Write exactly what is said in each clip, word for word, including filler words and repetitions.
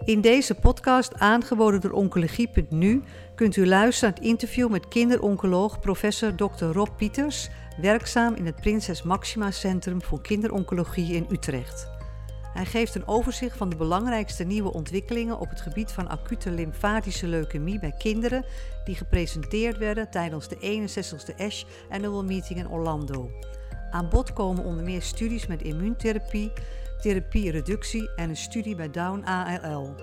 In deze podcast, aangeboden door Oncologie punt n u, kunt u luisteren naar het interview met kinderoncoloog professor dokter Rob Pieters, werkzaam in het Prinses Máxima Centrum voor Kinderoncologie in Utrecht. Hij geeft een overzicht van de belangrijkste nieuwe ontwikkelingen op het gebied van acute lymfatische leukemie bij kinderen die gepresenteerd werden tijdens de eenenzestigste A S H Annual Meeting in Orlando. Aan bod komen onder meer studies met immuuntherapie, therapie-reductie en een studie bij Down A L L.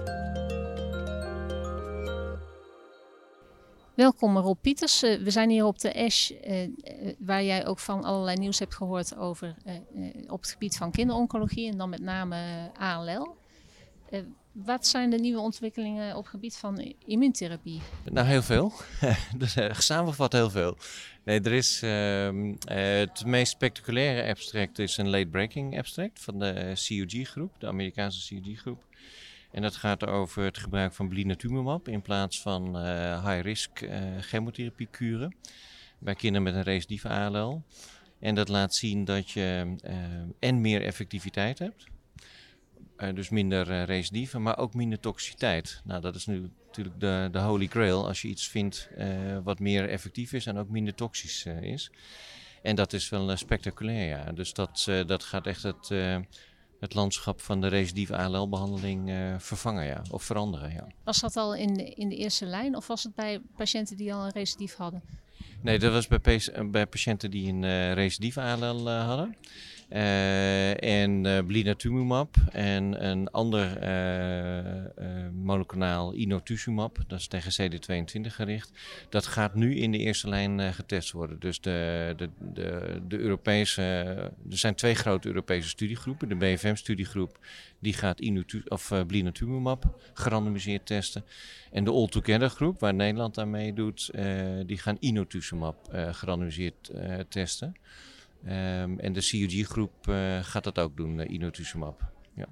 Welkom Rob Pieters. Uh, we zijn hier op de A S H, uh, uh, waar jij ook van allerlei nieuws hebt gehoord over uh, uh, op het gebied van kinderoncologie en dan met name uh, A L L. Uh, wat zijn de nieuwe ontwikkelingen op het gebied van immuuntherapie? Nou, heel veel. dus, uh, samengevat heel veel. Nee, er is uh, uh, het meest spectaculaire abstract is een late breaking abstract van de C U G-groep, de Amerikaanse C U G-groep. En dat gaat over het gebruik van blinatumomab in plaats van uh, high-risk uh, chemotherapiekuren bij kinderen met een recidieve A L L. En dat laat zien dat je uh, en meer effectiviteit hebt, uh, dus minder uh, recidive, maar ook minder toxiciteit. Nou, dat is nu natuurlijk de, de holy grail als je iets vindt uh, wat meer effectief is en ook minder toxisch uh, is. En dat is wel uh, spectaculair, ja. Dus dat, uh, dat gaat echt het... Uh, het landschap van de recidieve A L L-behandeling uh, vervangen, ja, of veranderen. Ja. Was dat al in de, in de eerste lijn of was het bij patiënten die al een recidief hadden? Nee, dat was bij, pe- bij patiënten die een uh, recidieve A L L uh, hadden. Uh, en uh, blinatumomab en een ander uh, uh, monoclonaal inotuzumab, dat is tegen C D tweeëntwintig gericht. Dat gaat nu in de eerste lijn uh, getest worden. Dus de, de, de, de Europese, uh, er zijn twee grote Europese studiegroepen. De B F M-studiegroep die gaat inotu- of, uh, blinatumomab gerandomiseerd testen. En de All-Together groep, waar Nederland aan meedoet, uh, die gaan inotuzumab uh, gerandomiseerd uh, testen. Um, en de C U G-groep uh, gaat dat ook doen, uh, inotuzumab. Ja.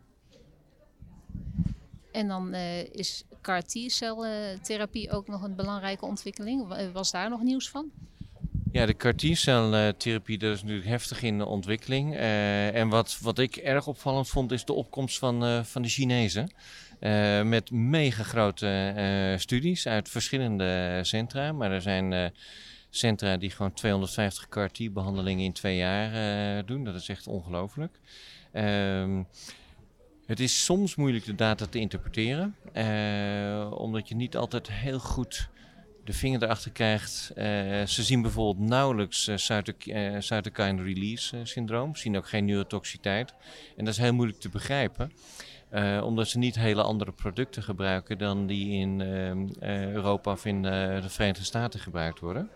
En dan uh, is C A R T-celtherapie ook nog een belangrijke ontwikkeling. Was daar nog nieuws van? Ja, de C A R T-celtherapie, dat is natuurlijk heftig in de ontwikkeling. Uh, en wat, wat ik erg opvallend vond, is de opkomst van, uh, van de Chinezen. Uh, met mega grote uh, studies uit verschillende centra. Maar er zijn... Uh, Centra die gewoon tweehonderdvijftig C A R T-behandelingen in twee jaar uh, doen. Dat is echt ongelooflijk. Um, het is soms moeilijk de data te interpreteren. Uh, omdat je niet altijd heel goed de vinger erachter krijgt. Uh, ze zien bijvoorbeeld nauwelijks uh, cytok- uh, cytokine release uh, syndroom. Ze zien ook geen neurotoxiciteit. En dat is heel moeilijk te begrijpen. Uh, omdat ze niet hele andere producten gebruiken dan die in uh, uh, Europa of in uh, de Verenigde Staten gebruikt worden.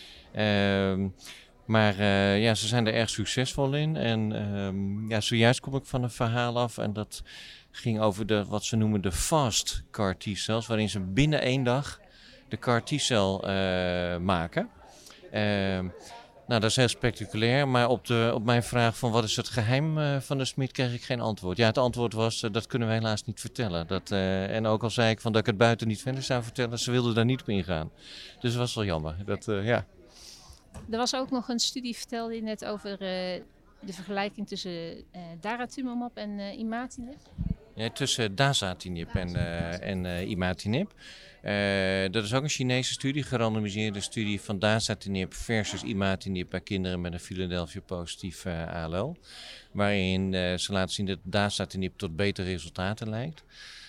Uh, maar uh, ja, ze zijn er erg succesvol in. En uh, ja, zojuist kom ik van een verhaal af en dat ging over de, wat ze noemen de fast C A R T-cells, waarin ze binnen één dag de C A R T-cel uh, maken. Uh, Nou, dat is heel spectaculair, maar op, de, op mijn vraag van wat is het geheim uh, van de SMID kreeg ik geen antwoord. Ja, het antwoord was, uh, dat kunnen we helaas niet vertellen. Dat, uh, en ook al zei ik van dat ik het buiten niet verder zou vertellen, ze wilden daar niet op ingaan. Dus dat was wel jammer. Dat, uh, ja. Er was ook nog een studie, vertelde je net, over uh, de vergelijking tussen uh, daratumumab en uh, imatinib. Ja, tussen dasatinib en, uh, en uh, imatinib. Uh, dat is ook een Chinese studie, gerandomiseerde studie van dasatinib versus imatinib bij kinderen met een Philadelphia-positief uh, A L L. Waarin uh, ze laten zien dat dasatinib tot betere resultaten lijkt.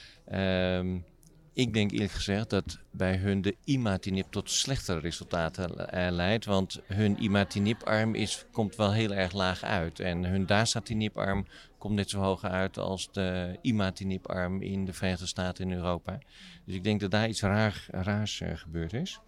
Uh, ik denk eerlijk gezegd dat bij hun de imatinib tot slechtere resultaten uh, leidt. Want hun imatinib-arm is, komt wel heel erg laag uit. En hun dasatinib-arm komt net zo hoog uit als de imatinib-arm in de Verenigde Staten en Europa. Dus ik denk dat daar iets raar, raars uh, gebeurd is.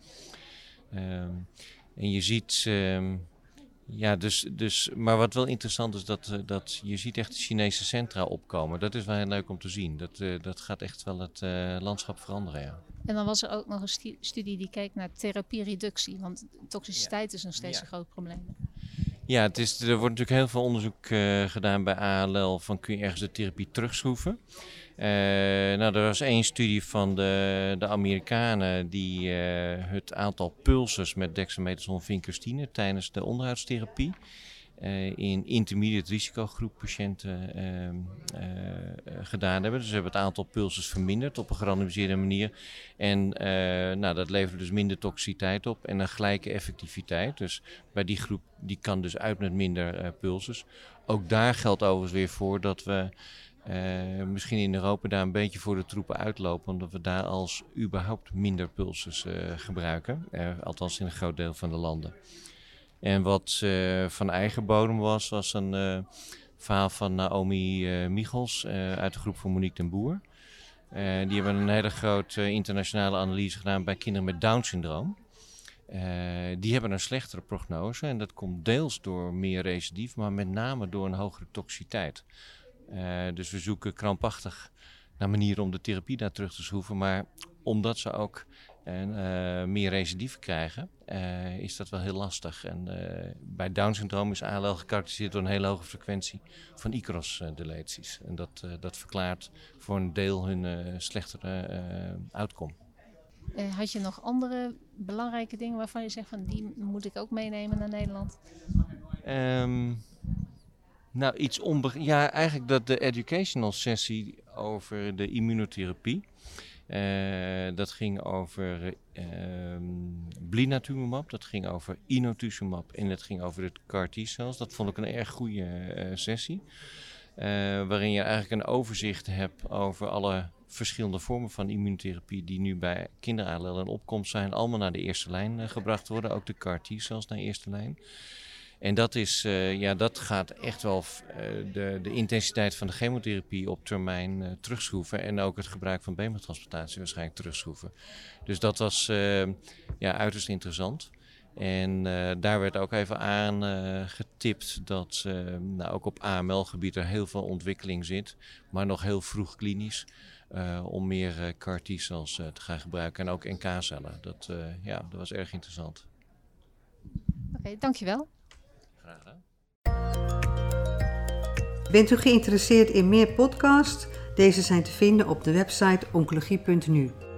Um, en je ziet... Um, ja, dus, dus, maar wat wel interessant is, dat, uh, dat je ziet echt de Chinese centra opkomen. Dat is wel heel leuk om te zien. Dat, uh, dat gaat echt wel het uh, landschap veranderen, ja. En dan was er ook nog een stu- studie die keek naar therapie-reductie. Want toxiciteit ja. is nog steeds ja. een groot probleem. Ja, het is, er wordt natuurlijk heel veel onderzoek uh, gedaan bij A L L van kun je ergens de therapie terugschroeven. Uh, nou, er was één studie van de, de Amerikanen die uh, het aantal pulses met dexamethason vincristine tijdens de onderhoudstherapie uh, in intermediate risicogroep patiënten uh, uh, gedaan hebben. Dus we hebben het aantal pulses verminderd op een gerandomiseerde manier. En uh, nou, dat levert dus minder toxiciteit op en een gelijke effectiviteit. Dus bij die groep die kan dus uit met minder uh, pulses. Ook daar geldt overigens weer voor dat we uh, misschien in Europa daar een beetje voor de troepen uitlopen. Omdat we daar als überhaupt minder pulses uh, gebruiken. Uh, althans in een groot deel van de landen. En wat uh, van eigen bodem was, was een uh, verhaal van Naomi uh, Michels uh, uit de groep van Monique den Boer. Uh, die hebben een hele grote uh, internationale analyse gedaan bij kinderen met Down-syndroom. Uh, die hebben een slechtere prognose en dat komt deels door meer recidief, maar met name door een hogere toxiciteit. Uh, dus we zoeken krampachtig naar manieren om de therapie daar terug te schroeven, maar omdat ze ook uh, meer recidief krijgen, uh, is dat wel heel lastig. En uh, bij Down-syndroom is A L L gekarakteriseerd door een hele hoge frequentie van Icros-deleties. En dat, uh, dat verklaart voor een deel hun uh, slechtere uh, outcome. Uh, had je nog andere belangrijke dingen waarvan je zegt van die moet ik ook meenemen naar Nederland? Um, nou, iets onbe- Ja, eigenlijk dat de educational sessie over de immunotherapie. Uh, dat ging over uh, blinatumomab, dat ging over inotuzumab en dat ging over de C A R T-cells. Dat vond ik een erg goede uh, sessie. Uh, waarin je eigenlijk een overzicht hebt over alle verschillende vormen van immunotherapie die nu bij kinder-A L L in opkomst zijn, allemaal naar de eerste lijn uh, gebracht worden. Ook de C A R T-cells naar de eerste lijn. En dat, is, uh, ja, dat gaat echt wel uh, de, de intensiteit van de chemotherapie op termijn uh, terugschroeven. En ook het gebruik van beenmarktransplantatie waarschijnlijk terugschroeven. Dus dat was uh, ja, uiterst interessant. En uh, daar werd ook even aan uh, getipt dat uh, nou, ook op A M L-gebied er heel veel ontwikkeling zit. Maar nog heel vroeg klinisch. Uh, om meer uh, C A R T-cells uh, te gaan gebruiken. En ook N K-cellen. Dat, uh, ja, dat was erg interessant. Oké, okay, dankjewel. Graag gedaan. Bent u geïnteresseerd in meer podcasts? Deze zijn te vinden op de website oncologie punt n u.